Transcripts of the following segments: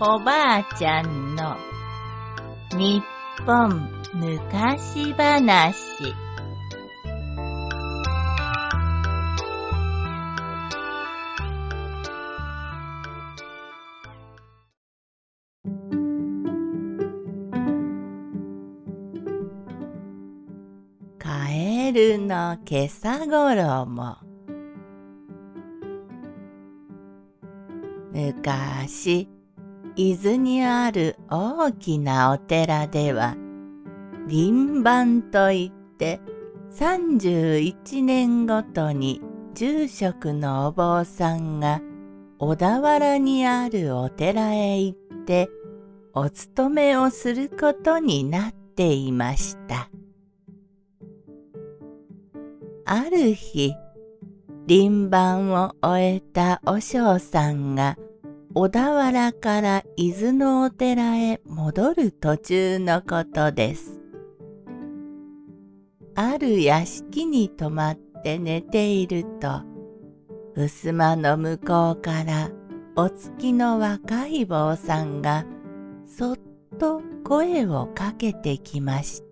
おばあちゃんの日本昔話。カエルのけさごろも。昔、伊豆にある大きなお寺では、輪番といって31年ごとに住職のお坊さんが小田原にあるお寺へ行ってお勤めをすることになっていました。ある日、輪番を終えた和尚さんが小田原から伊豆のお寺へ戻る途中のことです。ある屋敷に泊まって寝ていると、襖の向こうからお付きの若い坊さんがそっと声をかけてきました。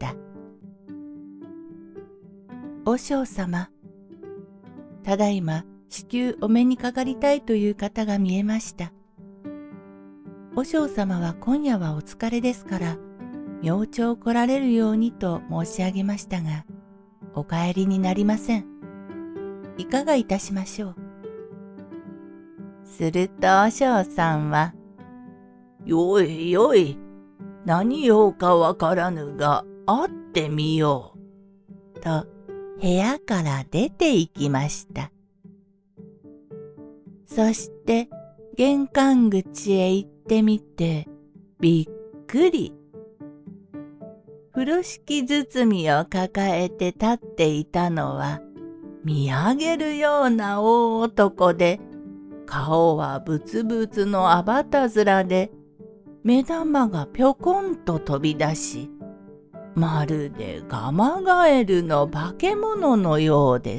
和尚様、ただいま至急お目にかかりたいという方が見えました。和尚様は今夜はお疲れですから、明朝来られるようにと申し上げましたが、お帰りになりません。いかがいたしましょう。すると和尚さんは、よいよい、何用かわからぬが会ってみよう。と部屋から出て行きました。そして玄関口へ行ってみてびっくり。風呂敷包みを抱えて立っていたのは見上げるような大男で、顔はブツブツのあばた面で、目玉がぴょこんと飛び出し、まるでガマガエルの化け物のようです。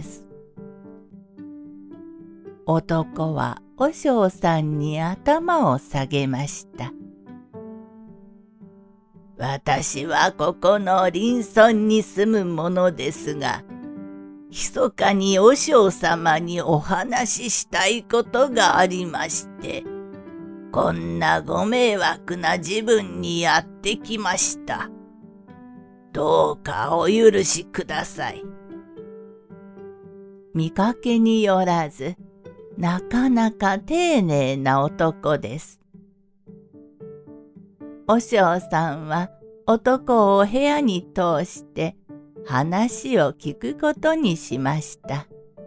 男は和尚さんに頭を下げました。私はここの林村に住むものですが、密かに和尚様にお話ししたいことがありまして、こんなご迷惑な時分にやってきました。どうかお許しください。見かけによらず、なかなか丁寧な男です。和尚さんは男を部屋に通して話を聞くことにしました。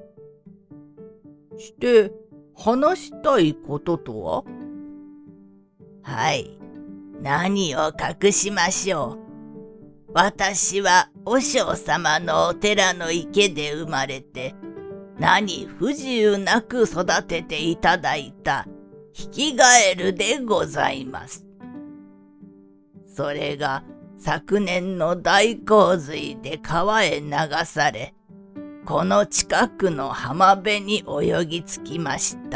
して話したいこととは？はい、何を隠しましょう。私は和尚様のお寺の池で生まれて、何不自由なく育てていただいたヒキガエルでございます。それが昨年の大洪水で川へ流され、この近くの浜辺に泳ぎ着きました。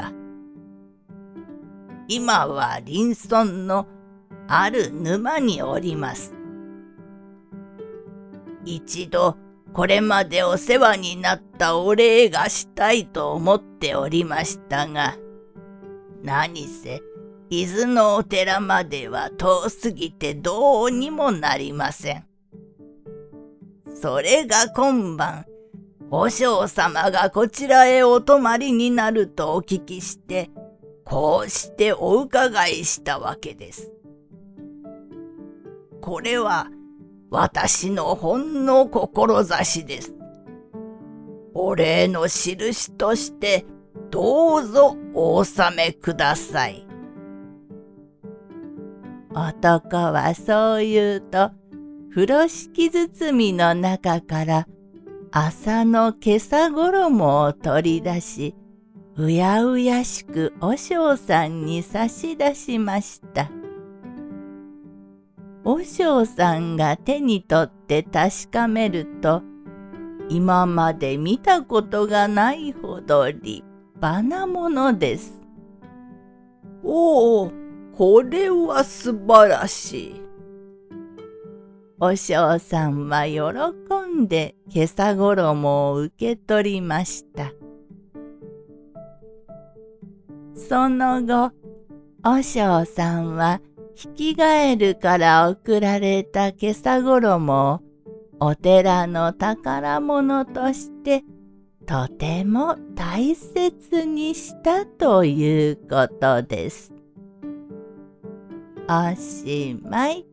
今は林村のある沼におります。一度これまでお世話になったお礼がしたいと思っておりましたが、何せ伊豆のお寺までは遠すぎてどうにもなりません。それが今晩、和尚様がこちらへお泊まりになるとお聞きして、こうしてお伺いしたわけです。これは私のほんの志です。お礼の印としてどうぞお納めください。男はそう言うと、風呂敷包みの中から麻のけさ衣を取り出し、うやうやしく和尚さんに差し出しました。和尚さんが手に取って確かめると、今まで見たことがないほど立派なものです。おお、 これは素晴らしい。 和尚さんは喜んで袈裟衣を受け取りました。その後、和尚さんは引き返るから贈られた袈裟衣をお寺の宝物としてとても大切にしたということです。おしまい。